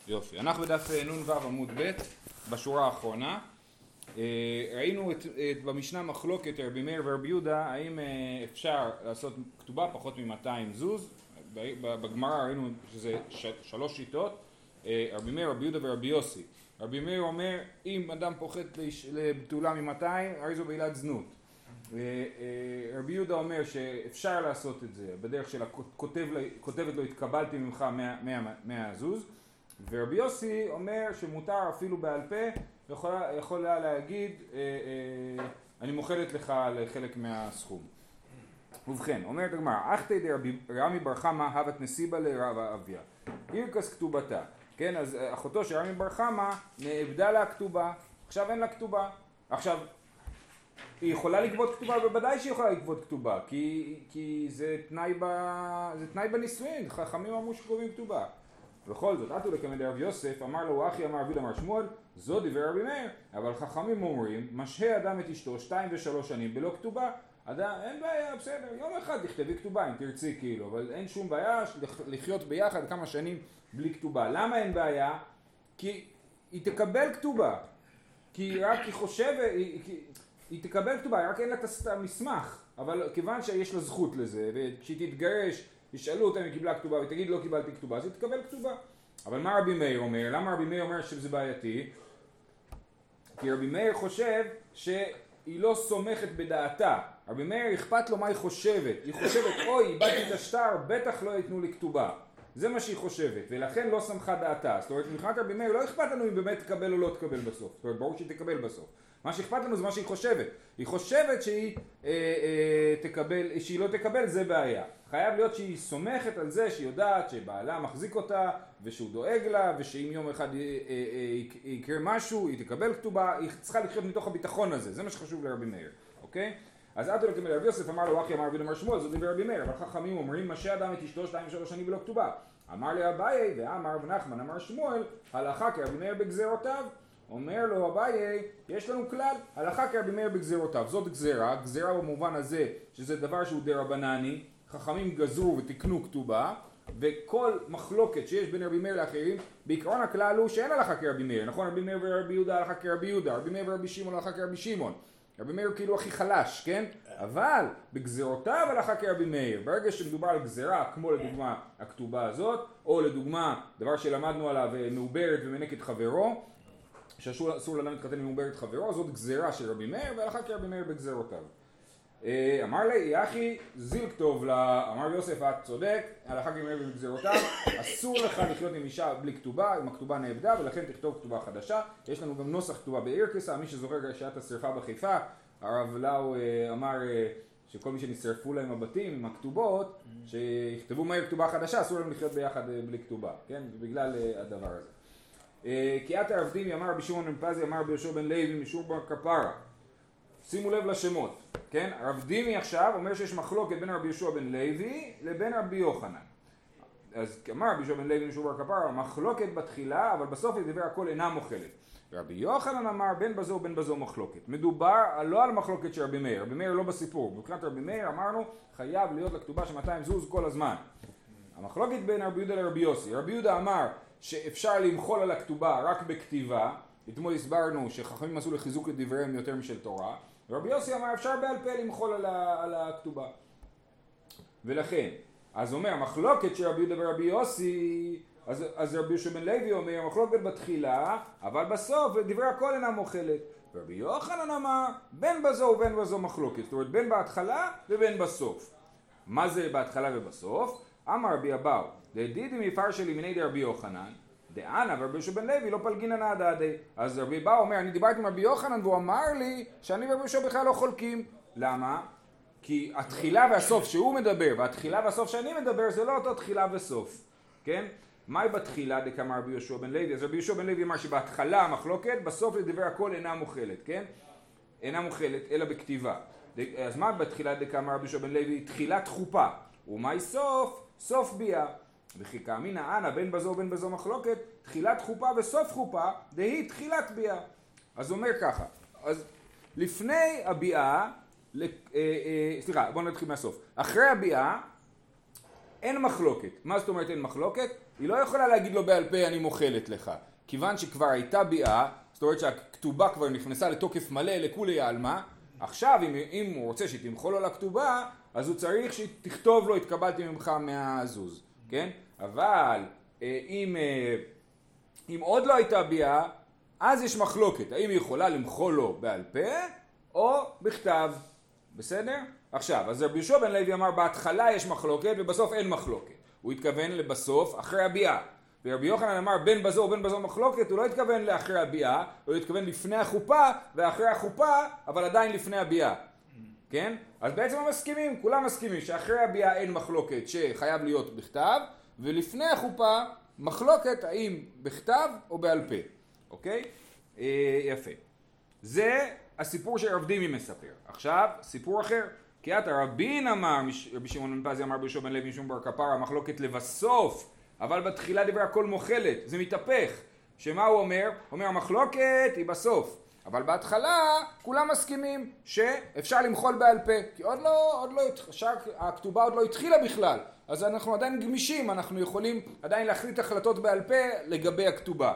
יופי, אנחנו בדף נ"ו עמוד ב' בשורה האחרונה. ראינו במשנה מחלוקת רבי מאיר ורבי יהודה האם אפשר לעשות כתובה פחות מ-200 זוז. בגמרא ראינו שזה 3 שיטות, רבי מאיר, רבי יהודה ורבי יוסי. רבי מאיר אומר אם אדם פוחת לבתולה מ-200 הרי זו בעילת זנות. רבי יהודה אומר שאפשר לעשות את זה בדרך של כותבת לו התקבלתי ממך 100 זוז, ורבי יוסי אומר שמותר אפילו בעל פה, יכולה להגיד אני מוכלת לך לחלק מהסכום. ובכן, אומרת הגמרא, אחתי דרמי בר חמא הבת נסיבה לרב אביה אירקס כתובתה. כן, אז אחותו של רמי בר חמא נאבדה לה הכתובה, עכשיו אין לה כתובה. עכשיו היא יכולה לגבות כתובה, ובוודאי שהיא יכולה לגבות כתובה, כי זה תנאי בנישואין, חכמים אמרו שקובעים כתובה. בכל זאת, עטו לקמא דרב יוסף, אמר לו אחי אמר רבי אמר שמואל, זו דבר רבי מאיר, אבל חכמים אומרים, משהה אדם את אשתו 2 ו3 שנים בלא כתובה, אדם, אין בעיה, בסדר, יום אחד תכתבי כתובה אם תרצי כאילו, אבל אין שום בעיה לחיות ביחד כמה שנים בלי כתובה. למה אין בעיה? כי היא תקבל כתובה, כי רק היא חושבת, היא תקבל כתובה, רק אין לה את המסמך, אבל כיוון שיש לה זכות לזה, וכשהיא תתגרש, ישאלו אותה אם היא קיבלה כתובה, ותגיד לא קיבלתי כתובה, אז היא תקבל כתובה. אבל מה רבי מאיר אומר? למה רבי מאיר אומר שזה בעייתי? כי רבי מאיר חושב שהיא לא סומכת בדעתה. רבי מאיר אכפת לו מה היא חושבת. היא חושבת, אוי, איבדתי את השטר, בטח לא ייתנו לי כתובה. זה מה שהיא חושבת, ולכן לא סמכה דעתה. זאת אומרת, מבחינת רבי מאיר לא אכפת לנו אם באמת תקבל או לא תקבל בסוף. זאת אומרת, ברור שהיא תקבל בסוף. מה שאכפת לנו זה מה שהיא חושבת. היא חושבת שהיא לא תקבל, זה בעיה. חייב להיות שהיא סומכת על זה, שהיא יודעת שבעלה מחזיק אותה, ושהוא דואג לה, ושאם יום אחד יקרה משהו, היא תקבל כתובה, היא צריכה לחיות מתוך הביטחון הזה. זה מה שחשוב לרבי מאיר, אוקיי? אז עטו לקמא דרב יוסף, אמר לו אחי אמר רבי אמר שמואל, זאת דבר רבי מאיר, אבל חכמים אומרים משהה אדם את אשתו 2 ו3 שנים בלא כתובה. אמר לי אביי ואמר רב נחמן אמר שמואל, הלכה כרבי מאיר בגזרותיו. אומר לו אביי, יש לנו כלל, הלכה כרבי מאיר בגזרותיו. זאת גזרה, גזרה במובן הזה שזה דבר שהוא דרבנני, חכמים גזרו ותקנו כתובה, וכל מחלוקת שיש בין רבי מאיר לאחרים, בעיקרון הכלל הוא שאין הלכה כרבי מאיר, נכון? רבי מאיר ורבי יהודה הלכה כרבי יהודה, רבי מאיר ורבי שמעון הלכה כרבי שמעון, רבי מאיר כאילו הכי חלש, כן? אבל בגזרותיו הלכה כרבי מאיר. ברגע שמדובר על גזרה, כמו לדוגמה הכתובה הזאת, או לדוגמה דבר שלמדנו עליו מעוברת ומנק את חברו, שאסור לאדם להתחתן עם מעוברת חברו, זאת גזרה של רבי מאיר, והלכה כרבי מאיר בגזרותיו. אמר לי, יחי זיל כתוב לה, אמר יוסף, את צודק, הלכה כרבי מאיר בגזרותיו, אסור לך לחיות עם אישה בלי כתובה, אם הכתובה נאבדה, ולכן תכתוב כתובה חדשה. יש לנו גם נוסח כתובה באירקסה, מי שזוכר שעת השרפה בחיפה, הרב לאו אמר שכל מי שנשרפו להם הבתים עם הכתובות, שיכתבו מהר כתובה חדשה, אסור להם לחיות ביחד בלי כתובה, כן? בגלל הדבר הזה. כי את הרבדימי אמר רבי שמעון בן פזי אמר רבי יהושע בן לוי משום בר כפרה. שימו לב לשמות, כן? הרבדימי עכשיו אומר שיש מחלוקת בין רבי יהושע בן לוי לבין רבי יוחנן. אז אמר רבי יהושע בן לוי משום בר כפרה, מחלוקת בתחילה, אבל בסוף לדבר הכל אינה מוחלת. רבי יוחנן אמר בין בזו ובין בזו מחלוקת. מדובר לא על מחלוקת של רבי מאיר, רבי מאיר לא בסיפור. מבחינת רבי מאיר אמרנו חייב להיות לכתובה של 200 זוז כל הזמן. המחלוקת בין רבי יהודה לרבי יוסי. רבי יהודה אמר שאפשר למחול על הכתובה רק בכתיבה, אתמול הסברנו שחכמים עשו לחיזוק לדבריהם יותר משל תורה, ורבי יוסי אמר אפשר בעל פה למחול על הכתובה. ולכן, אז אומר, המחלוקת של רבי יהודה ורבי יוסי, אז רבי יהושע בן לוי אומר, המחלוקת בתחילה, אבל בסוף דברי הכל אינה מוחלת. ורבי יוחנן אמר, בין בזו ובין בזו מחלוקת, זאת אומרת בין בהתחלה ובין בסוף. מה זה בהתחלה ובסוף? אמר רבי אבאו, דדידי מפרשי לימיני דרבי יוחנן, דאנה ורבי יהושע בן לוי לא פלגינן עד עדי. אז רבי אבאו אומר, אני דיברתי עם רבי יוחנן והוא אמר לי שאני ורבי יהושע בכלל לא חולקים. למה? כי התחילה והסוף שהוא מדבר והתחילה והסוף שאני מדבר זה לא אותו תחילה וסוף, כן? מהי בתחילה דקאמר רבי יהושע בן לוי? אז רבי יהושע בן לוי אמר שבהתחלה המחלוקת, בסוף לדבר הכל אינה מוחלת, כן? אינה מוחלת אלא בכתיבה. אז מה בתחילה דקאמר רבי יהושע בן לוי? תחילת חופה. ומהי סוף? סוף ביאה. וכי כאמינא אנא בין בזו ובין בזו מחלוקת, תחילת חופה וסוף חופה, דהי תחילת ביאה. אז אומר ככה, אז לפני הביאה, סליחה, בואו נתחיל מהסוף. אחרי הביאה, אין מחלוקת. מה זאת אומרת אין מחלוקת? היא לא יכולה להגיד לו בעל פה אני מוחלת לך. כיוון שכבר הייתה ביאה, זאת אומרת שהכתובה כבר נכנסה לתוקף מלא לכולי עלמא, עכשיו אם הוא רוצה שתמחול לו לכתובה, אז הוא צריך שתכתוב לו התקבלתי ממך מהזוז, כן? אבל אם עוד לא הייתה ביאה, אז יש מחלוקת, האם היא יכולה למחול לו בעל פה או בכתב, בסדר? עכשיו, אז רבי יהושע בן לוי אמר בהתחלה יש מחלוקת ובסוף אין מחלוקת. הוא התכוון לבסוף אחרי הביאה. ורבי יוחנן אמר בין בזו ובין בזו מחלוקת, הוא לא התכוון לאחרי הביאה, הוא התכוון לפני החופה ואחרי החופה, אבל עדיין לפני הביאה. כן? אז בעצם הם מסכימים, כולם מסכימים שאחרי הביאה אין מחלוקת שחייב להיות בכתב, ולפני החופה מחלוקת האם בכתב או בעל פה. אוקיי? יפה. זה הסיפור שרב דימי מספר. עכשיו, סיפור אחר. כי את הרבין אמר, רבי שמעון בן פזי אמר ביהושע בן לוי משום בר כפרה, המחלוקת לבסוף, אבל בתחילה דברי הכל מוחלת. זה מתהפך. שמה הוא אומר? הוא אומר המחלוקת היא בסוף. אבל בהתחלה כולם מסכימים שאפשר למחול בעל פה. כי הכתובה עוד לא התחילה בכלל. אז אנחנו עדיין גמישים, אנחנו יכולים עדיין להחליט החלטות בעל פה לגבי הכתובה.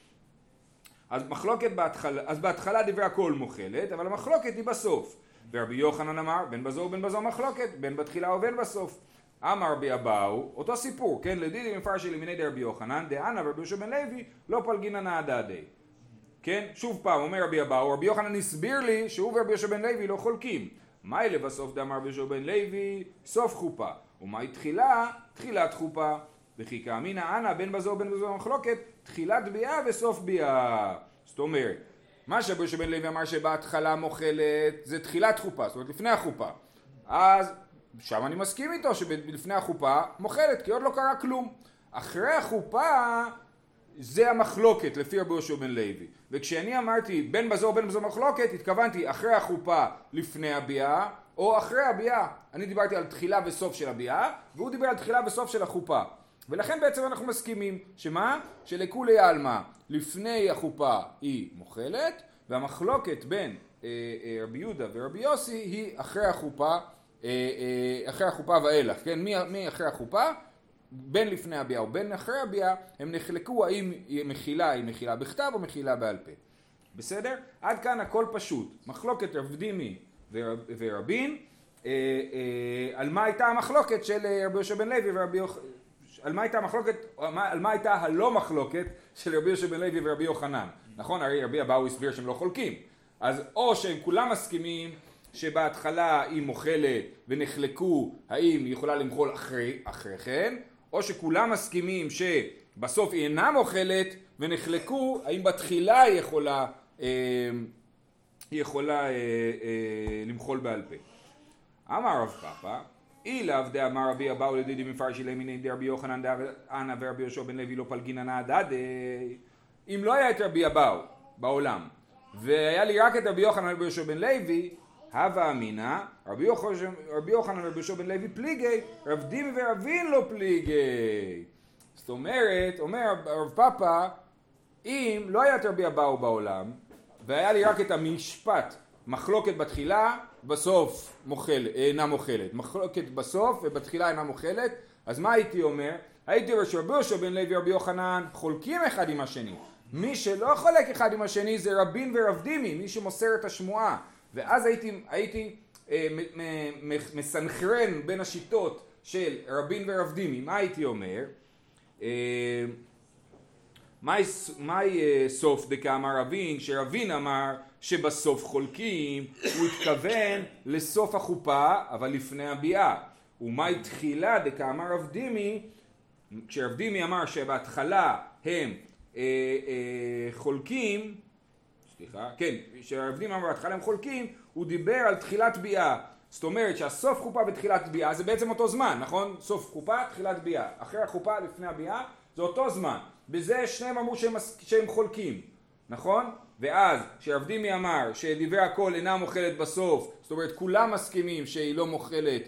אז בהתחלה דברי הכל מוחלת, אבל המחלוקת היא בסוף. ורבי יוחנן אמר, בין בזו ובין בזו מחלוקת, בין בתחילה ובין בסוף. אמר רבי אבאו, אותו סיפור, כן, לדידי מפרש אלימיני דרבי יוחנן, דאנה ורבי יהושע בן לוי, לא פלגינא נהדא די. כן, שוב פעם, אומר רבי אבאו, רבי יוחנן הסביר לי שהוא ורבי יהושע בן לוי לא חולקים. מהי לבסוף דאמר רבי יהושע בן לוי, סוף חופה. ומהי תחילה, תחילת חופה. וכי כאמינא אנא בין בזו ובין בזו מחלוקת, תחילת ביאה וסוף ביאה. זאת אומרת, מה שרבי יהושע בן לוי אמר שבהתחלה מוחלת זה תחילת חופה, זאת אומרת לפני החופה. אז שם אני מסכים איתו שלפני החופה מוחלת, כי עוד לא קרה כלום. אחרי החופה זה המחלוקת לפי רבי יהושע בן לוי. וכשאני אמרתי בין בזו ובין בזו מחלוקת, התכוונתי אחרי החופה לפני הביאה, או אחרי הביאה. אני דיברתי על תחילה וסוף של הביאה, והוא דיבר על תחילה וסוף של החופה. ולכן בעצם אנחנו מסכימים, שמה? שלכולי עלמא לפני החופה היא מוחלת, והמחלוקת בין רבי יהודה ורבי יוסי היא אחרי החופה ואילך, כן? מי אחרי החופה? בין לפני הביאה או בין אחרי הביאה, הם נחלקו האם היא מחילה בכתב או מחילה בעל פה. בסדר? עד כאן הכל פשוט. מחלוקת רב דימי ורבין, על מה הייתה המחלוקת של רבי יהושע בן לוי ורבי יוחנן? על מה הייתה הלא מחלוקת של רבי יהושע בן לוי ורבי יוחנן? נכון, הרי רבי אבאו הסביר שהם לא חולקים. אז או שהם כולם מסכימים שבהתחלה היא מוחלת ונחלקו האם היא יכולה למחול אחרי כן, או שכולם מסכימים שבסוף היא אינה מוחלת ונחלקו האם בתחילה היא יכולה למחול בעל פה. אמר רב פאפא, אילאו דאמר רבי אבאו לדידי מפרש אלימיני דרבי יוחנן דאנה ורבי יהושע בן לוי לא פלגינא נהדא די. אם לא היה את רבי אבאו בעולם והיה לי רק את רבי יוחנן ורבי יהושע בן לוי, הווה אמינא רבי יוחנן ורבי יהושע בן לוי פליגי, רב דימי ורבין לא פליגי. זאת אומרת, אומר רב פאפא, אם לא היה את רבי אבאו בעולם והיה לי רק את המשפט מחלוקת בתחילה, בסוף אינה מוחלת. מחלוקת בסוף ובתחילה אינה מוחלת. אז מה הייתי אומר? הייתי אומר שרבי יהושע בן לוי ורבי יוחנן חולקים אחד עם השני. מי שלא חולק אחד עם השני זה רבין ורב דימי, מי שמוסר את השמועה. ואז הייתי מסנכרן בין השיטות של רבין ורב דימי. מה הייתי אומר? מהי סוף דקאמר רבין? שרבין אמר שבסוף חולקים, הוא התכוון לסוף החופה, אבל לפני הביאה. ומהי תחילה דקאמר רב דימי? כשרב דימי אמר שבהתחלה הם חולקים, כשרב דימי אמר בהתחלה הם חולקים, הוא דיבר על תחילת ביאה. זאת אומרת שהסוף חופה ותחילת ביאה זה בעצם אותו זמן, נכון? סוף חופה, תחילת ביאה. אחרי החופה, לפני הביאה, זה אותו זמן. בזה שניהם אמרו שהם חולקים, נכון? ואז שרב דימי אמר שדברי הכל אינה מוחלת בסוף, זאת אומרת כולם מסכימים שהיא לא מוחלת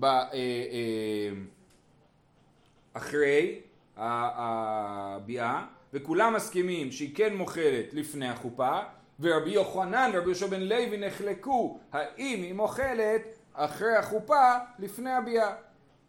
אחרי הביאה, וכולם מסכימים שהיא כן מוחלת לפני החופה, ורבי יוחנן ורבי יהושע בן לוי נחלקו האם היא מוחלת אחרי החופה לפני הביאה.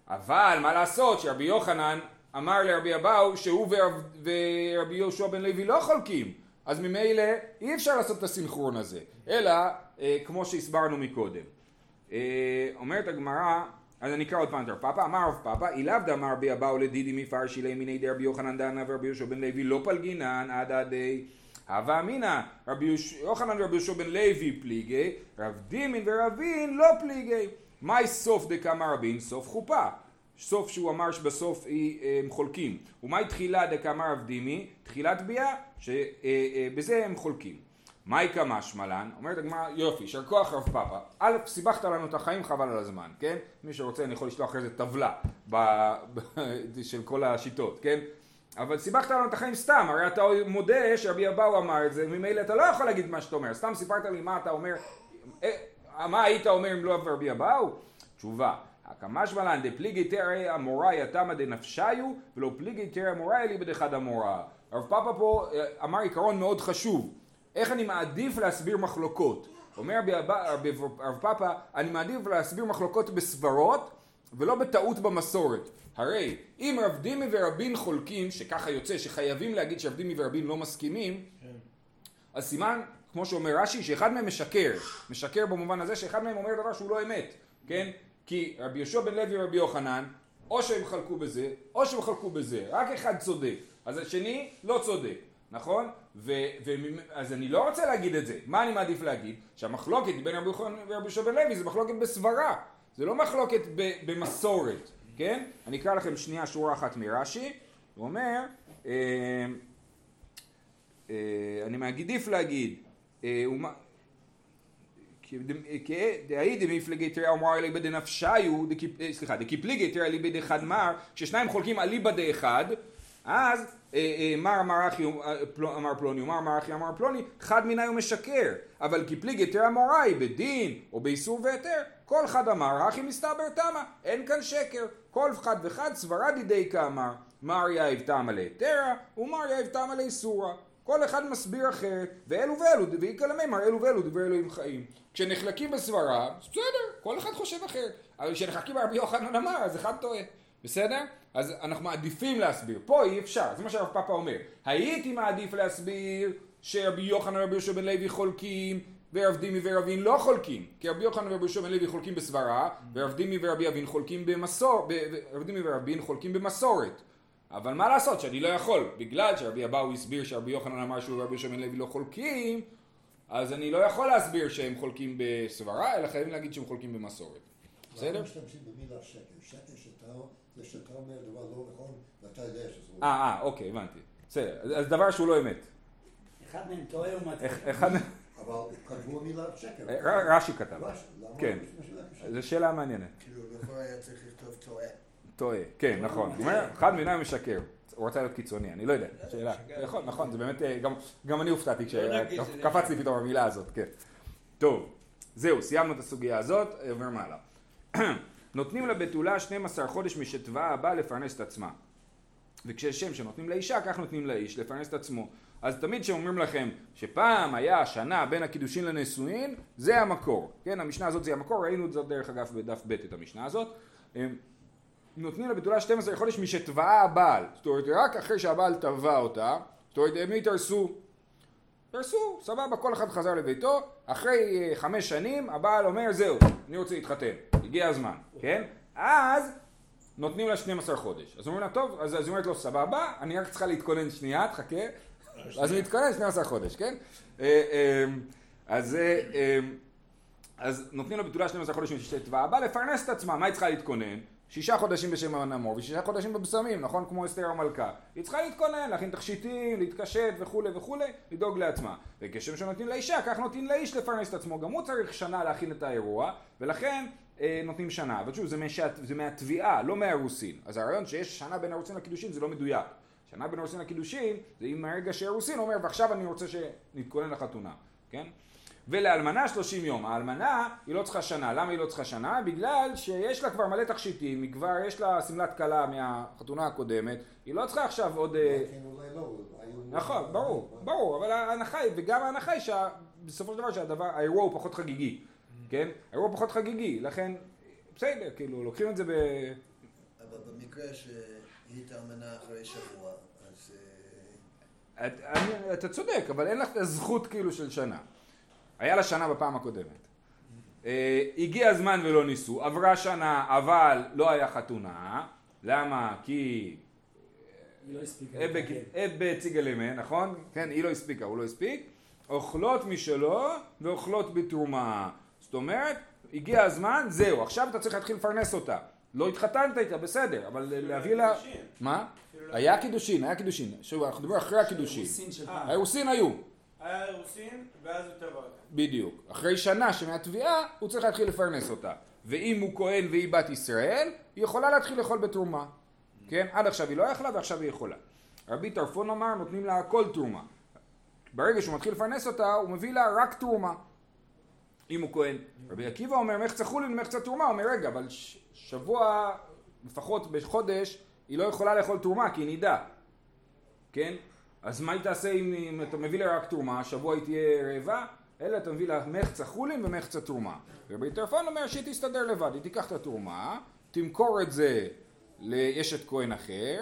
אבל מה לעשות שרבי יוחנן אמר לרבי אבאו שהוא ורבי יהושע בן לוי לא חולקים, אז ממילא אי אפשר לעשות את הסינכרון הזה, אלא כמו שהסברנו מקודם. אומרת הגמרא, אז אני אקרא עוד פעם את רב פאפא, אמר רב פאפא, אילאו דאמר רבי אבאו לדידי מפרשי לימיני דרבי יוחנן דנה ורבי יהושע בן לוי לא פלגינן עד עדי הווה אמינא רבי יוחנן ורבי יהושע בן לוי פליגי, רב דימין ורבין לא פליגי. מהי סוף דקאמר רבין? סוף חופה. סוף שהוא אמר שבסוף הם חולקים. ומהי תחילה דקאמר רב דימי? תחילת ביאה, שבזה הם חולקים. מהי כמשמע לן? אומרת הגמרא, יופי, יישר כוח רב פאפא. א', סיבכת לנו את החיים, חבל על הזמן, כן? מי שרוצה אני יכול לשלוח איזה טבלה של כל השיטות, כן? אבל סיבכת לנו את החיים סתם, הרי אתה מודה שרבי אבאו אמר את זה, ממילא אתה לא יכול להגיד מה שאתה אומר, סתם סיפרת לי מה אתה אומר, מה היית אומר אם לא רבי אבאו? תשובה, כמשמע לן דפליגי תרא אמוראי תמא דנפשיו ולא פליגי תרא אמוראי אליבא דחד אמורא. רב פאפא פה אמר עיקרון מאוד חשוב, איך אני מעדיף להסביר מחלוקות. אומר רב פאפא, אני מעדיף להסביר מחלוקות בסברות ולא בטעות במסורת. הרי אם רב דימי ורבין חולקים, שככה יוצא שחייבים להגיד שרב דימי ורבין לא מסכימים, אז סימן, כמו שאומר רש"י, שאחד מהם משקר במובן הזה שאחד מהם אומר דבר שהוא לא אמת, כן? כי רבי יהושע בן לוי ורבי יוחנן, או שהם חלקו בזה, או שהם חלקו בזה, רק אחד צודק, אז השני לא צודק, נכון? אז אני לא רוצה להגיד את זה. מה אני מעדיף להגיד? שהמחלוקת בין רבי יוחנן ורבי יהושע בן לוי זה מחלוקת בסברה, זה לא מחלוקת במסורת, כן? אני אקרא לכם שנייה שורה אחת מרש"י, הוא אומר, אני מעדיף להגיד, דהי דמפלגי תרא אמר אליבא דנפשיו, דקיפליגי תרא אליבא דחד מר, כששניים חולקים אליבא דאחד, אז מר אמר אחי אמר פלוני, ומר אמר אחי אמר פלוני, חד מיני הוא משקר, אבל קיפליגי תרא אמוראי בדין או באיסור והיתר, כל חד אמר אחי מסתבר תמה, אין כאן שקר, כל חד וחד סברה דידי כאמר, מר יאיב תמה להיתרה ומר יאיב תמה לאיסורה. כל אחד מסביר אחרת, ואלו ואלו, ויקלמי מר אלו ואלו, דבר אלוהים חיים. כשנחלקים בסברה, בסדר, כל אחד חושב אחרת. אבל כשנחלקים ברבי יוחנן אמר, אז אחד טועה. בסדר? אז אנחנו מעדיפים להסביר. פה אי אפשר, זה מה שהרב פאפא אומר. הייתי מעדיף להסביר שרבי יוחנן ורבי יהושע בן לוי חולקים, ורב דימי ורבין לא חולקים. כי רבי יוחנן ורבי יהושע בן לוי חולקים בסברה, ורב דימי ורבי אבין חולקים במסורת. אבל מה לעשות שאני לא יכול, בגלל שרבי אבאו הסביר שרבי יוחנן אמר שהוא ורבי יהושע בן לוי לא חולקים, אז אני לא יכול להסביר שהם חולקים בסברה, אלא חייבים להגיד שהם חולקים במסורת. בסדר? אנחנו משתמשים במילה שקר. שקר זה שאתה אומר דבר לא נכון, ואתה יודע שזה לא. אוקיי, הבנתי. בסדר, אז דבר שהוא לא אמת. אחד מהם טועה ומטעה. אבל כתבו המילה שקר. רש"י כתב. למה? כן, זו שאלה מעניינת. כאילו, לא היה צריך לכתוב טועה. טועה, כן, נכון. הוא אומר, אחד מיני משקר. הוא רוצה להיות קיצוני, אני לא יודע. שאלה. נכון, זה באמת, גם אני הופתעתי כשקפץ לי פתאום המילה הזאת, כן. טוב, זהו, סיימנו את הסוגיה הזאת, עובר מעלה. נותנים לבתולה 12 חודש משטבעה הבאה לפרנס את עצמה. וכששם שנותנים לאישה, כך נותנים לאיש לפרנס את עצמו. אז תמיד שאומרים לכם שפעם היה שנה בין הקידושין לנישואין, זה המקור. כן, המשנה הזאת זה המקור, ראינו את זאת דרך אגב בדף ב' את המשנה הזאת. נותנים לבתולה 12 חודש משטבעה הבעל. זאת אומרת, רק אחרי שהבעל טבע אותה, זאת אומרת, הם התארסו. תרסו, סבבה, כל אחד חזר לביתו, אחרי 5 שנים הבעל אומר זהו, אני רוצה להתחתן, הגיע הזמן, כן? אז נותנים לה 12 חודש. אז אומרים לה טוב, אז היא אומרת לו סבבה, אני רק צריכה להתכונן שנייה, תחכה, אז היא מתכונן 12 חודש, כן? אז נותנים לבתולה 12 חודש משטבעה הבאה לפרנס את עצמה, מה היא צריכה להתכונן? 6 חודשים בשם הנמור ו6 חודשים בבשמים, נכון? כמו אסתר המלכה. היא צריכה להתכונן, להכין תכשיטים, להתקשט וכו' וכו', לדאוג לעצמה. וכשם שנותנים לאישה, כך נותנים לאיש לפרנס את עצמו. גם הוא צריך שנה להכין את האירוע, ולכן נותנים שנה. אבל שוב, זה מהתביעה, לא מהרוסין. אז הרעיון שיש שנה בין הרוסין לקידושין זה לא מדויק. שנה בין הרוסין לקידושין זה אם הרגע שהרוסין אומר, ועכשיו אני רוצה שנתכונן לחתונה, כן? ולאלמנה 30 יום. האלמנה היא לא צריכה שנה. למה היא לא צריכה שנה? בגלל שיש לה כבר מלא תכשיטים, היא כבר יש לה סמלת כלה מהחתונה הקודמת, היא לא צריכה עכשיו עוד... נכון, ברור, אבל ההנחה היא, וגם ההנחה היא שבסופו של דבר האירוע הוא פחות חגיגי, כן? האירוע פחות חגיגי, לכן בסדר, כאילו לוקחים את זה אבל במקרה שהיא התאמנה אחרי שבוע, אז... אתה צודק, אבל אין לך את הזכות כאילו של שנה. היה לה שנה בפעם הקודמת. הגיע הזמן ולא ניסו, עברה שנה, אבל לא היה חתונה. למה? כי... היא לא הספיקה. אבא ציגה למה, נכון? כן, היא לא הספיקה, הוא לא הספיק. אוכלות משלו ואוכלות בתרומה. זאת אומרת, הגיע הזמן, זהו, עכשיו אתה צריך להתחיל לפרנס אותה. לא התחתנת איתה, בסדר, אבל להביא לה... מה? היה קידושין. שוב, אנחנו מדברים אחרי הקידושין. האירוסין היו. היה אירוסין, ואז הוא טבע אותה. בדיוק. אחרי שנה שמהתביעה, הוא צריך להתחיל לפרנס אותה. ואם הוא כהן והיא בת ישראל, היא יכולה להתחיל לאכול בתרומה. כן? עד עכשיו היא לא יכלה ועכשיו היא יכולה. רבי טרפון אמר, נותנים לה הכל תרומה. ברגע שהוא מתחיל לפרנס אותה, הוא מביא לה רק תרומה. אם הוא כהן. רבי עקיבא אומר, מחצה חולין, מחצה תרומה. הוא אומר, רגע, אבל שבוע, לפחות בחודש, היא לא יכולה לאכול תרומה, כי היא נידה. כן? אז מה היא תעשה אם אתה מביא לה רק תרומה, שבוע היא תהיה רעבה, אלא אתה מביא לה מחצה חולין ומחצה תרומה. רבי טרפון אומר שהיא תסתדר לבד, היא תיקח את התרומה, תמכור את זה לאשת כהן אחר,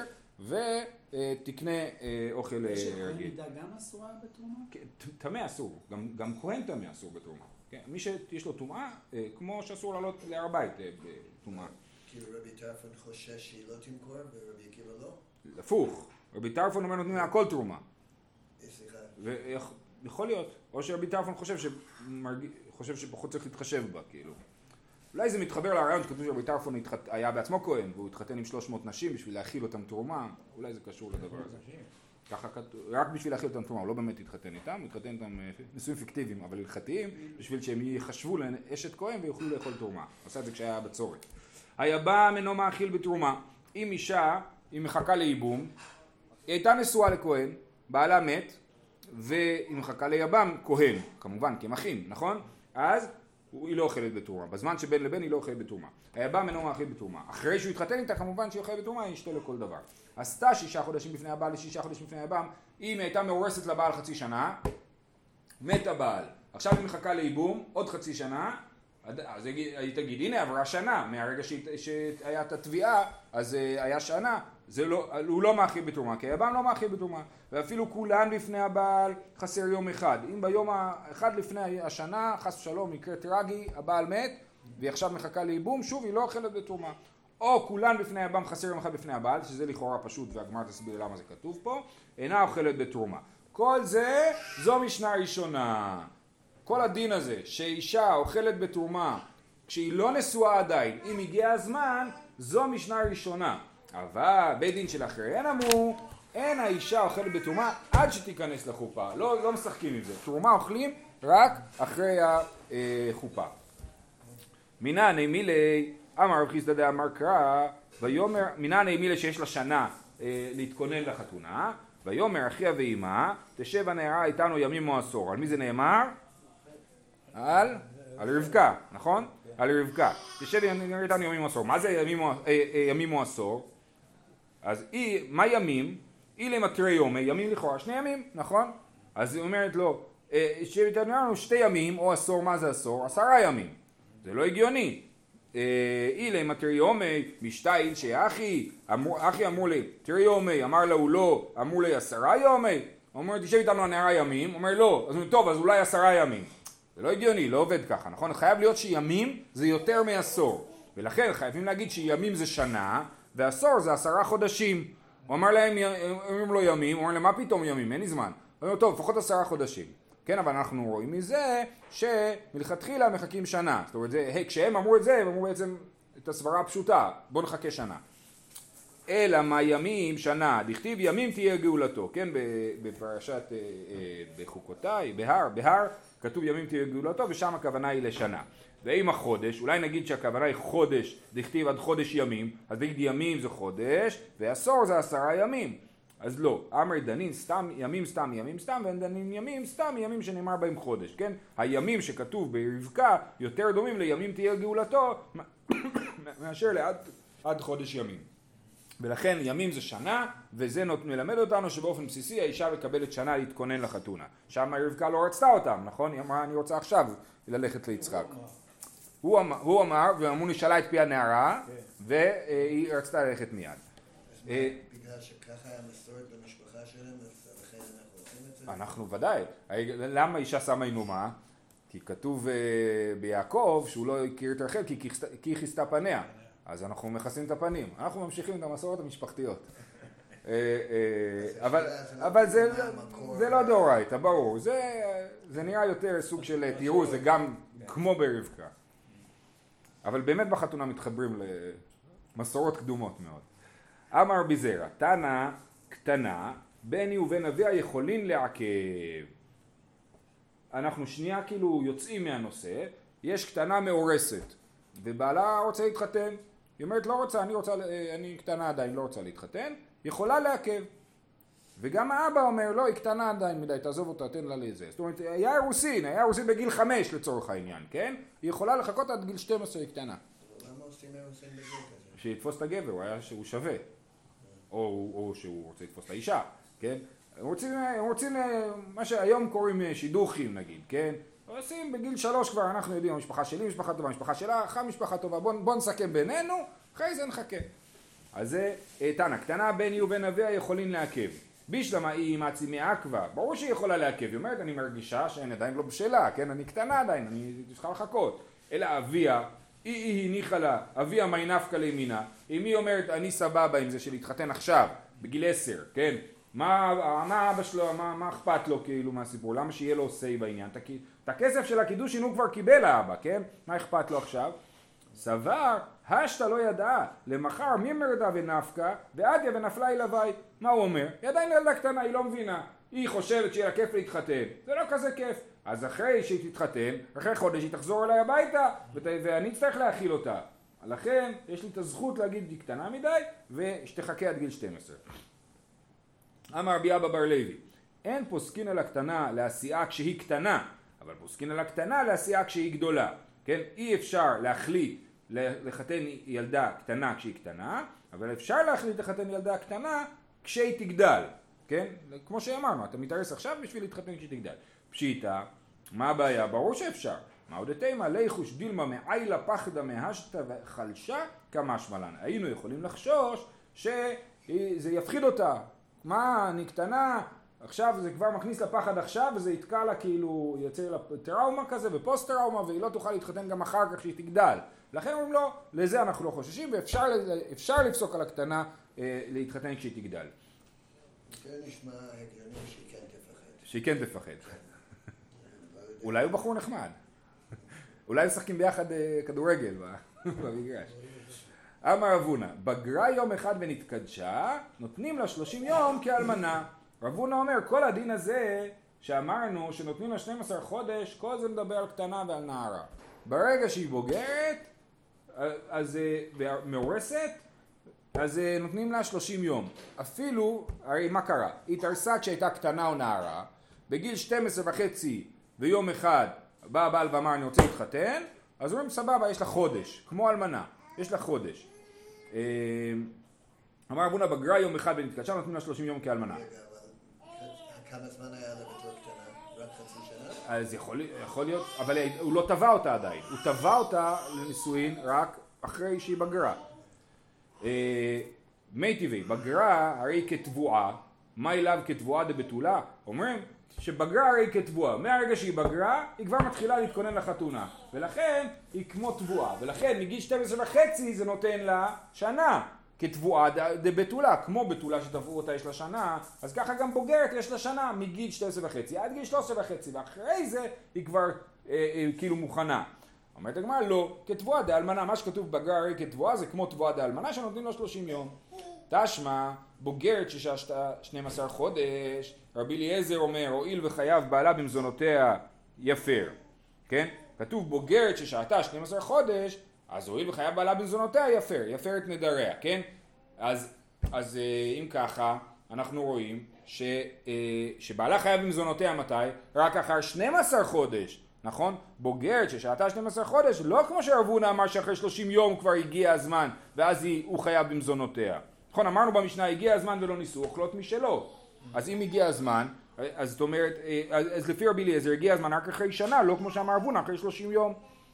ותקנה אוכל רגיל. אשת כהן נידה גם אסורה בתרומה? טמא אסור, גם כהן טמא אסור בתרומה. מי שיש לו טומאה, כמו שאסור לעלות להר הבית בטומאה. כאילו רבי טרפון חושש שהיא לא תמכור ורבי עקיבא לא? הפוך, רבי טרפון אומר נותנים לה הכל תרומה. סליחה. ויכול להיות, או שרבי טרפון חושב שפחות צריך להתחשב בה, כאילו. אולי זה מתחבר לרעיון שכתוב שרבי טרפון היה בעצמו כהן, והוא התחתן עם 300 נשים בשביל להאכיל אותם תרומה, אולי זה קשור לדבר הזה. ככה רק בשביל להאכיל אותם תרומה, הוא לא באמת התחתן איתם, הוא התחתן איתם נישואים פיקטיביים, אבל הלכתיים, בשביל שהם יחשבו לאשת כהן ויוכלו לאכול תרומה. עשה את זה כשהיה בצורת. היבם אינו מאכיל בתרומה. אם אישה, היא מחכה לייבום, היא הייתה נשואה לכהן, בעלה מת, והיא מחכה ליבם כהן, כמובן, כמחים, נכון? אז היא לא אוכלת בתרומה. בזמן שבין לבין היא לא אוכלת בתרומה. היבם אינו מאכיל בתרומה. אחרי שהוא התחתן איתה, כמובן שהיא אוכלת בתרומה, היא אשתו לכל דבר. עשתה 6 חודשים לפני הבעל ל6 חודשים לפני היבם, אם היא הייתה מאורסת לבעל חצי שנה, מת הבעל. עכשיו היא מחכה לייבום, עוד חצי שנה, אז היא תגיד, הנה עברה שנה, מהרגע שהיה את התביעה, אז היה שנה, הוא לא מאכיל בתרומה, כי היבם לא מאכיל בתרומה, ואפילו כולן לפני הבעל חסר יום אחד. אם ביום אחד לפני השנה, חס ושלום, מקרה טרגי, הבעל מת, והיא עכשיו מחכה לייבום, שוב היא לא אוכלת בתרומה. או כולן בפני היבם חסר יום אחד בפני הבעל, שזה לכאורה פשוט, והגמרא תסביר למה זה כתוב פה, אינה אוכלת בתרומה. כל זה, זו משנה ראשונה. כל הדין הזה, שאישה אוכלת בתרומה, כשהיא לא נשואה עדיין, אם הגיע הזמן, זו משנה ראשונה. אבל בית דין של אחריהן אמרו, אין האישה אוכלת בתרומה עד שתיכנס לחופה. לא משחקים עם זה. תרומה אוכלים רק אחרי החופה. מינא מילי, אמר רב חיסדא דאמר קרא, ויאמר, מינא מילי שיש לה שנה להתכונן לחתונה, ויאמר אחיה ואימה, תשב הנערה איתנו ימים או עשור. על מי זה נאמר? על רבקה, נכון? על רבקה. תשב איתנו ימים או עשור. מה זה ימים או עשור? אז מה ימים? היא למטרי יומי, ימים לכאורה, 2 ימים, נכון? אז היא אומרת לו, תשב איתנו 2 ימים או עשור, מה זה עשור? 10 ימים. זה לא הגיוני. היא למטרי יומי, משתיל שאחי, אחי אמרו לי, תראי יומי, אמר לה הוא לא, אמרו לי 10 יומי. הוא אומר, תשב איתנו הנערה ימים, הוא אומר לא, אז הוא אומר, טוב, אז אולי 10 ימים. זה לא הגיוני, לא עובד ככה, נכון? חייב להיות שימים זה יותר מעשור, ולכן חייבים להגיד שימים זה שנה, ועשור זה 10 חודשים. הוא אמר להם, אומרים לו ימים, הוא אומר להם, מה פתאום ימים? אין לי זמן. הוא אומר, טוב, לפחות 10 חודשים. כן, אבל אנחנו רואים מזה שמלכתחילה מחכים שנה. זאת אומרת, כשהם אמרו את זה, הם אמרו בעצם את הסברה הפשוטה, בוא נחכה שנה. אלא מה ימים שנה, דכתיב ימים תהיה גאולתו, כן, בפרשת בחוקותיי, בהר, כתוב ימים תהיה גאולתו, ושם הכוונה היא לשנה. ואם החודש, אולי נגיד שהכוונה היא חודש, דכתיב עד חודש ימים, אז נגיד ימים זה חודש, ועשור זה 10 ימים. אז לא, אמר דנין סתם ימים סתם ימים סתם, ואין דנין ימים סתם ימים שנאמר בהם חודש, כן? הימים שכתוב ברבקה יותר דומים לימים תהיה גאולתו, מאשר עד חודש ימים. ולכן ימים זה שנה, וזה מלמד אותנו שבאופן בסיסי האישה מקבלת שנה להתכונן לחתונה. שם רבקה לא רצתה אותם, נכון? היא אמרה אני רוצה עכשיו ללכת ליצחק. הוא אמר, ואמרו נשאלה את פי הנערה, והיא רצתה ללכת מיד. אז בגלל שככה היה מסורת במשפחה שלהם, אז לכן אנחנו עושים את זה? אנחנו ודאי. למה אישה שמה עינומה? כי כתוב ביעקב שהוא לא הכיר את רחל כי היא כיסתה פניה. אז אנחנו מכסים את הפנים. אנחנו ממשיכים את המסורות המשפחתיות. אבל זה לא דאורייתא, ברור. זה נראה יותר סוג של תראו, זה גם כמו ברבקה. אבל באמת בחתונה מתחברים למסורות קדומות מאוד. אמר רבי זרע, תנא קטנה, בני ובן אביה יכולים לעכב. אנחנו שנייה כאילו יוצאים מהנושא, יש קטנה מאורסת, ובעלה רוצה להתחתן. היא אומרת לא רוצה, אני קטנה עדיין, לא רוצה להתחתן, יכולה לעכב. וגם האבא אומר לא, היא קטנה עדיין מדי, תעזוב אותה, תן לה לזה. זאת אומרת, היה אירוסין בגיל 5 לצורך העניין, כן? היא יכולה לחכות עד גיל 12, היא קטנה. למה עושים אירוסין בגיל כזה? שיתפוס את הגבר, שהוא שווה. או שהוא רוצה לתפוס את האישה, כן? הם רוצים מה שהיום קוראים שידוכים נגיד, כן? עושים בגיל 3 כבר, אנחנו יודעים, המשפחה שלי, משפחה טובה, המשפחה שלה, משפחה טובה, בוא נסכם בינינו, אחרי זה נחכה. אז זה תנא, קטנה בני ובן אביה יכולים לעכב. בישלמה היא מעצימי עכבה, ברור שהיא יכולה לעכב, היא אומרת אני מרגישה שאני עדיין לא בשלה, כן? אני קטנה עדיין, אני צריכה לחכות. אלא אביה, היא הניחה לה, אביה מי נפקא לימינה, אם היא אומרת אני סבבה עם זה של להתחתן עכשיו, בגיל 10, כן? מה אבא שלו, מה אכפת לו כאילו מהסיפור, למה שיהיה לו say בעניין? את הכסף של הקידושין הוא כבר קיבל האבא, כן? מה אכפת לו עכשיו? סבר, השתה לא ידעה, למחר ממרדה ונפקה, ועדיה ונפלה היא לווי. מה הוא אומר? היא עדיין ילדה קטנה, היא לא מבינה. היא חושבת שיהיה לה כיף להתחתן. זה לא כזה כיף. אז אחרי שהיא תתחתן, אחרי חודש היא תחזור אליי הביתה, ואני אצטרך להאכיל אותה. לכן, יש לי את הזכות להגיד, היא קטנה מדי, ושתחכה עד גיל 12. אמר רבי אבא בר לוי, אין פוסקין על הקטנה להסיעה כשהיא קטנה, אבל פוסקין על הקטנה להסיעה כשהיא גדולה. כן? אי אפשר להחליט לחתן ילדה קטנה כשהיא קטנה, אבל אפשר להחליט לחתן ילדה קטנה כשהיא תגדל. כן? כמו שאמרנו, אתה מתארס עכשיו בשביל להתחתן כשהיא תגדל. פשיטה, מה הבעיה? ברור שאפשר. מה עוד תימה? ליחוש דילמה מעילה פחדה מהשתה וחלשה כמשמע לן. היינו יכולים לחשוש שזה יפחיד אותה. מה, אני קטנה, עכשיו זה כבר מכניס לפחד עכשיו וזה יתקע לה כאילו, יוצר לה טראומה כזה ופוסט טראומה והיא לא תוכל להתחתן גם אחר כך שהיא תגדל. לכן אומרים לו, לזה אנחנו לא חוששים ואפשר לפסוק על הקטנה להתחתן כשהיא תגדל. זה נשמע הגיוני שהיא כן תפחד. שהיא כן תפחד. אולי הוא בחור נחמד. אולי משחקים ביחד כדורגל במגרש. אמר רבונה, בגרה יום אחד ונתקדשה, נותנים לה 30 יום כאלמנה. רבונה אומר, כל הדין הזה שאמרנו שנותנים לה 12 חודש, כל זה מדבר על קטנה ועל נערה. ברגע שהיא בוגרת, אז מאורסת, אז נותנים לה 30 יום. אפילו, הרי מה קרה? היא התארסה כשהייתה קטנה או נערה, בגיל 12 וחצי ויום אחד בא הבעל ואמר אני רוצה להתחתן, אז אומרים סבבה, יש לה חודש, כמו אלמנה, יש לה חודש. אמר רבונה, בגרה יום אחד ונתקדשה, נותנים לה 30 יום כאלמנה. רגע, אבל כמה זמן היה לה בתור קטנה? רק חצי שנה? אז יכול להיות, אבל הוא לא טבע אותה עדיין, הוא טבע אותה לנישואין רק אחרי שהיא בגרה. מי טבעי, בגרה הרי כתבועה, מה אליו כתבועה דבתולה? אומרים שבגרה הרי כתבועה, מהרגע שהיא בגרה היא כבר מתחילה להתכונן לחתונה, ולכן היא כמו תבועה, ולכן מגיל 12 וחצי זה נותן לה שנה כתבועה דבתולה, כמו בתולה שטבעו אותה יש לה שנה, אז ככה גם בוגרת יש לה שנה מגיל 12 וחצי עד גיל 13 וחצי, ואחרי זה היא כבר כאילו מוכנה. אומרת הגמרא לא, כתבועה דאלמנה, מה שכתוב בגרה הרי כתבועה זה כמו תבועה דאלמנה שנותנים לה 30 יום. תשמע, בוגרת ששהתה 12 חודש, רבי אליעזר אומר, הואיל וחייב בעלה במזונותיה יפר, כן? כתוב בוגרת ששהתה 12 חודש, אז הואיל וחייב בעלה במזונותיה יפר את נדריה, כן? אז אם ככה, אנחנו רואים שבעלה חייב במזונותיה מתי? רק אחר 12 חודש. נכון? בוגרת ששהתה 12 חודש, לא כמו שרבונה אמר שאחרי 30 יום כבר הגיע הזמן, ואז הוא חייב במזונותיה. נכון, אמרנו במשנה, הגיע הזמן ולא ניסו, אוכלות משלו. אז אם הגיע הזמן, אז זאת אומרת, אז לפי רבי אליעזר הגיע הזמן רק אחרי שנה, לא כמו שאמר רבונה, אחרי 30 יום.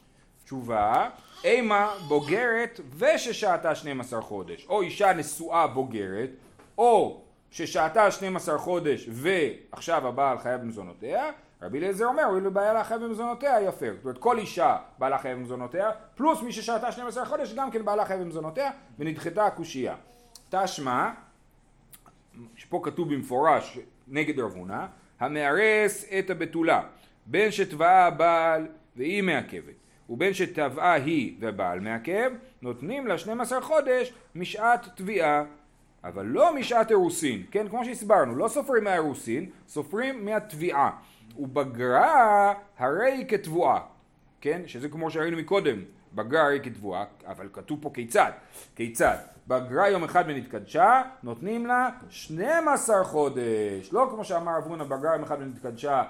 תשובה, אימה בוגרת וששהתה 12 חודש, או אישה נשואה בוגרת, או ששהתה 12 חודש ועכשיו הבעל חייב במזונותיה, רבי אליעזר אומר, הואיל ובעלה חייב במזונותיה יפר. זאת אומרת, כל אישה בעלה חייב במזונותיה, פלוס מי ששהתה 12 חודש, גם כן בעלה חייב במזונותיה, ונדחתה הקושייה. תשמע, שפה כתוב במפורש נגד רב הונא, המארס את הבתולה, בין שתבעה הבעל והיא מעכבת, ובין שתבעה היא והבעל מעכב, נותנים לה 12 חודש משעת תביעה, אבל לא משעת אירוסין, כן? כמו שהסברנו, לא סופרים מהאירוסין, סופרים מהתביעה. ובגרה הרי היא כתבועה, כן? שזה כמו שראינו מקודם, בגרה הרי כתבועה, אבל כתוב פה כיצד. כיצד? בגרה יום אחד ונתקדשה, נותנים לה 12 חודש. לא כמו שאמר רב הונא, בגרה יום אחד ונתקדשה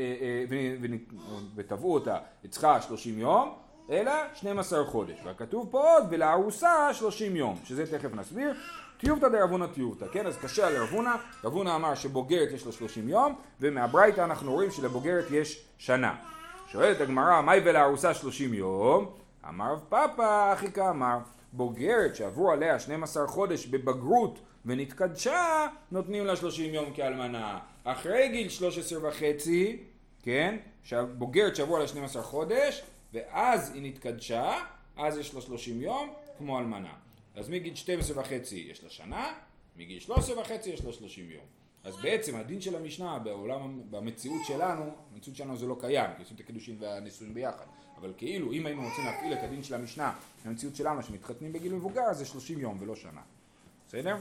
ותבעו אותה, צריכה 30 יום, אלא 12 חודש. וכתוב פה עוד, ולארוסה 30 יום, שזה תכף נסביר. תיובתא דרב הונא תיובתא, כן? אז קשה על רב הונא. רב הונא אמר שבוגרת יש לו 30 יום, ומהברייתא אנחנו רואים שלבוגרת יש שנה. שואלת הגמרא, מהי ולארוסה 30 יום? אמר רב פאפא, אחי כאמר, בוגרת שעברו עליה 12 חודש בבגרות ונתקדשה, נותנים לה 30 יום כאלמנה. אחרי גיל 13 וחצי, כן? בוגרת שעברו עליה 12 חודש, ואז היא נתקדשה, אז יש לה 30 יום, כמו אלמנה. אז מגיל 12 וחצי יש לה שנה, מגיל 13 וחצי יש לה 30 יום. אז בעצם הדין של המשנה בעולם, במציאות שלנו זה לא קיים, כי עושים את הקידושין והנישואים ביחד. אבל כאילו, אם היינו רוצים להפעיל את הדין של המשנה, במציאות שלנו שמתחתנים בגיל מבוגר, אז זה 30 יום ולא שנה. בסדר?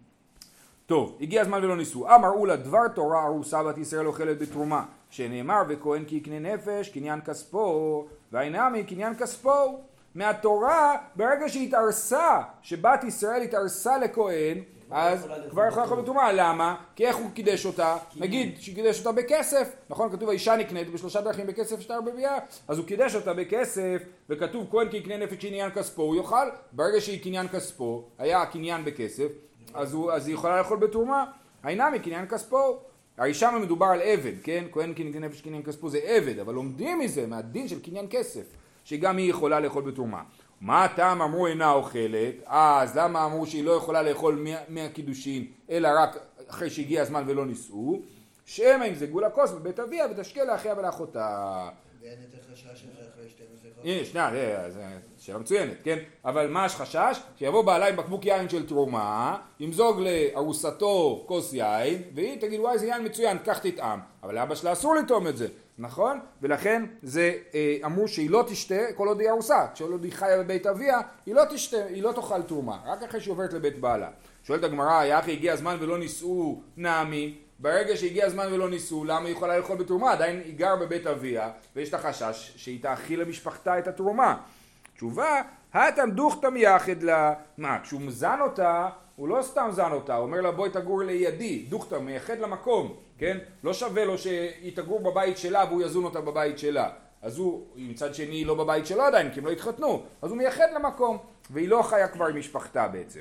טוב, הגיע הזמן ולא ניסו. אמרו לה דבר תורה ארוסה בת ישראל אוכלת בתרומה, שנאמר וכהן כי יקנה נפש, קניין כספו, והאינמי קניין כספו. מהתורה, ברגע שהתארסה, שבת ישראל התארסה לכהן, אז כבר יכולה לאכול בתרומה. למה? כי איך הוא קידש אותה? נגיד שקידש אותה בכסף, נכון? כתוב האישה נקנית בשלושה דרכים בכסף שטר בביאה, אז הוא קידש אותה בכסף, וכתוב כהן כי יקנה נפש קניין כספו, הוא יאכל. ברגע שהיא קניין כספו, היה קניין בכסף, אז היא יכולה לאכול בתרומה. האינמי קניין כספו. האישה מדובר על עבד, כן? כהן כי יקנה נפש קניין כספו זה עבד, אבל לומדים מזה מהדין של קניין כסף, שגם היא יכולה לאכול בתרומה. מה הטעם אמרו אינה אוכלת? אז למה אמרו שהיא לא יכולה לאכול מהקידושין, אלא רק אחרי שהגיע הזמן ולא נישאו? שמא ימזגו לה כוס בבית אביה ותשקה לאחיה ולאחותה. ואין את החשש שזה אחרי 12 חודש? הנה, שנייה, זו שאלה מצוינת, כן? אבל מה החשש? שיבוא בעלה עם בקבוק יין של תרומה, ימזוג לארוסתו כוס יין, והיא תגיד וואי זה יין מצוין, כך תטעם. אבל לאבא שלה אסור לטעום את זה. נכון? ולכן זה אמרו שהיא לא תשתה כל עוד היא ארוסה, כשכל עוד היא חיה בבית אביה, היא לא תשתה, היא לא תאכל תרומה, רק אחרי שהיא עוברת לבית בעלה. שואלת הגמרא, יחי הגיע הזמן ולא נישאו נעמי, ברגע שהגיע הזמן ולא נישאו, למה היא יכולה לאכול בתרומה? עדיין היא גר בבית אביה, ויש את החשש שהיא תאכיל למשפחתה את התרומה. תשובה, התם דוכתם יחד לה, מה, כשהוא מזן אותה, הוא לא סתם זן אותה, הוא אומר לה בואי תגור לידי, דוכתם, מייחד למקום, כן? לא שווה לו שהיא תגור בבית שלה והוא יזון אותה בבית שלה. אז הוא, מצד שני, לא בבית שלו עדיין, כי הם לא התחתנו, אז הוא מייחד למקום, והיא לא חיה כבר עם משפחתה בעצם.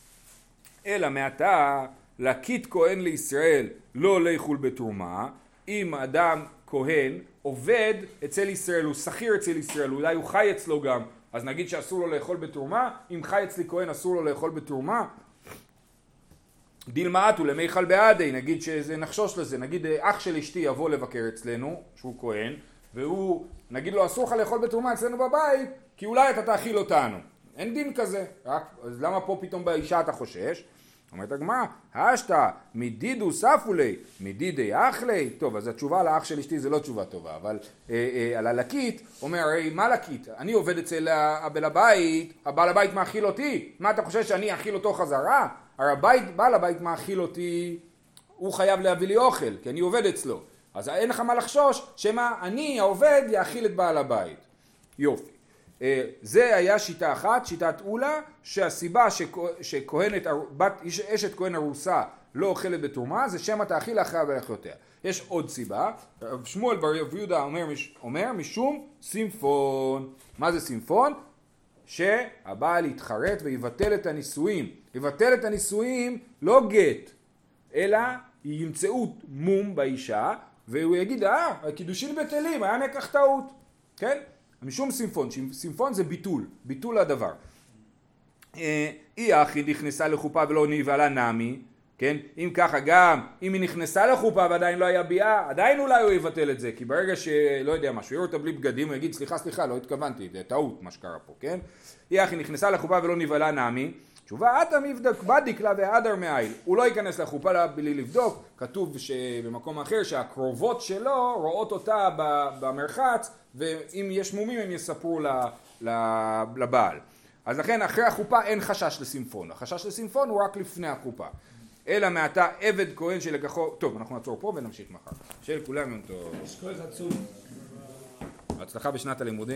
אלא מעתה, להקית כהן לישראל לא לאכול בתרומה, אם אדם כהן עובד אצל ישראל, הוא שכיר אצל ישראל, אולי הוא חי אצלו גם, אז נגיד שאסור לו לאכול בתרומה, אם חי אצלי כהן אסור לו לאכול בתרומה, דילמאת הוא למיכל בעדי, נגיד שזה נחשוש לזה, נגיד אח של אשתי יבוא לבקר אצלנו, שהוא כהן, והוא, נגיד לו אסור לך לאכול בתרומה אצלנו בבית, כי אולי אתה תאכיל אותנו. אין דין כזה, אז למה פה פתאום באישה אתה חושש? אומרת הגמרא, השתא מדידו ספו לי, מדידי אח לי. טוב, אז התשובה לאח של אשתי זה לא תשובה טובה, אבל על הלקית, אומר, הרי מה לקית? אני עובד אצל הבעל הבית, הבעל הבית מאכיל אותי, מה אתה חושב שאני אאכיל אותו חזרה? הרי בעל הבית מאכיל אותי, הוא חייב להביא לי אוכל, כי אני עובד אצלו. אז אין לך מה לחשוש, שמה אני העובד יאכיל את בעל הבית. יופי. זה היה שיטה אחת, שיטת אולה, שהסיבה שכהנת, אשת כהן ארוסה לא אוכלת בתרומה, זה שמא תאכיל לאחיה ולאחיותיה. יש עוד סיבה, שמואל בר יהודה אומר משום סימפון. מה זה סימפון? שהבעל יתחרט ויבטל את הנישואים. יבטל את הנישואים לא גט, אלא ימצאו מום באישה, והוא יגיד, הקידושין בטלים, היה מקח טעות. כן? משום סימפון, סימפון זה ביטול הדבר. היא אחי נכנסה לחופה ולא נבעלה נמי, כן? אם ככה גם, אם היא נכנסה לחופה ועדיין לא היה ביאה, עדיין אולי הוא יבטל את זה, כי ברגע שלא יודע משהו, יראו אותה בלי בגדים, הוא יגיד סליחה, לא התכוונתי, זה טעות מה שקרה פה, כן? היא אחי נכנסה לחופה ולא נבעלה נמי, תשובה, אתה מבדק בדיק לה והדר מעיל, הוא לא ייכנס לחופה בלי לבדוק, כתוב במקום אחר שהקרובות שלו רואות אותה במרחץ, ואם יש מומים הם יספרו לבעל. אז לכן אחרי החופה אין חשש לסימפון, החשש לסימפון הוא רק לפני החופה. אלא מעתה עבד כהן שלקחו, טוב אנחנו נעצור פה ונמשיך מחר. של כולם יום טוב. יש כל אחד עצוב. הצלחה בשנת הלימודים.